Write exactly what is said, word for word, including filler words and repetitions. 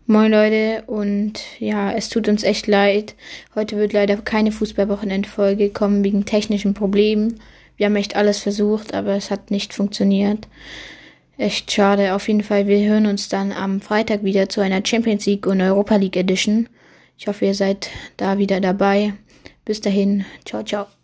Moin Leute, und ja, es tut uns echt leid. Heute wird leider keine Fußballwochenendfolge kommen wegen technischen Problemen. Wir haben echt alles versucht, aber es hat nicht funktioniert. Echt schade. Auf jeden Fall, wir hören uns dann am Freitag wieder zu einer Champions League und Europa League Edition. Ich hoffe, ihr seid da wieder dabei. Bis dahin, ciao, ciao.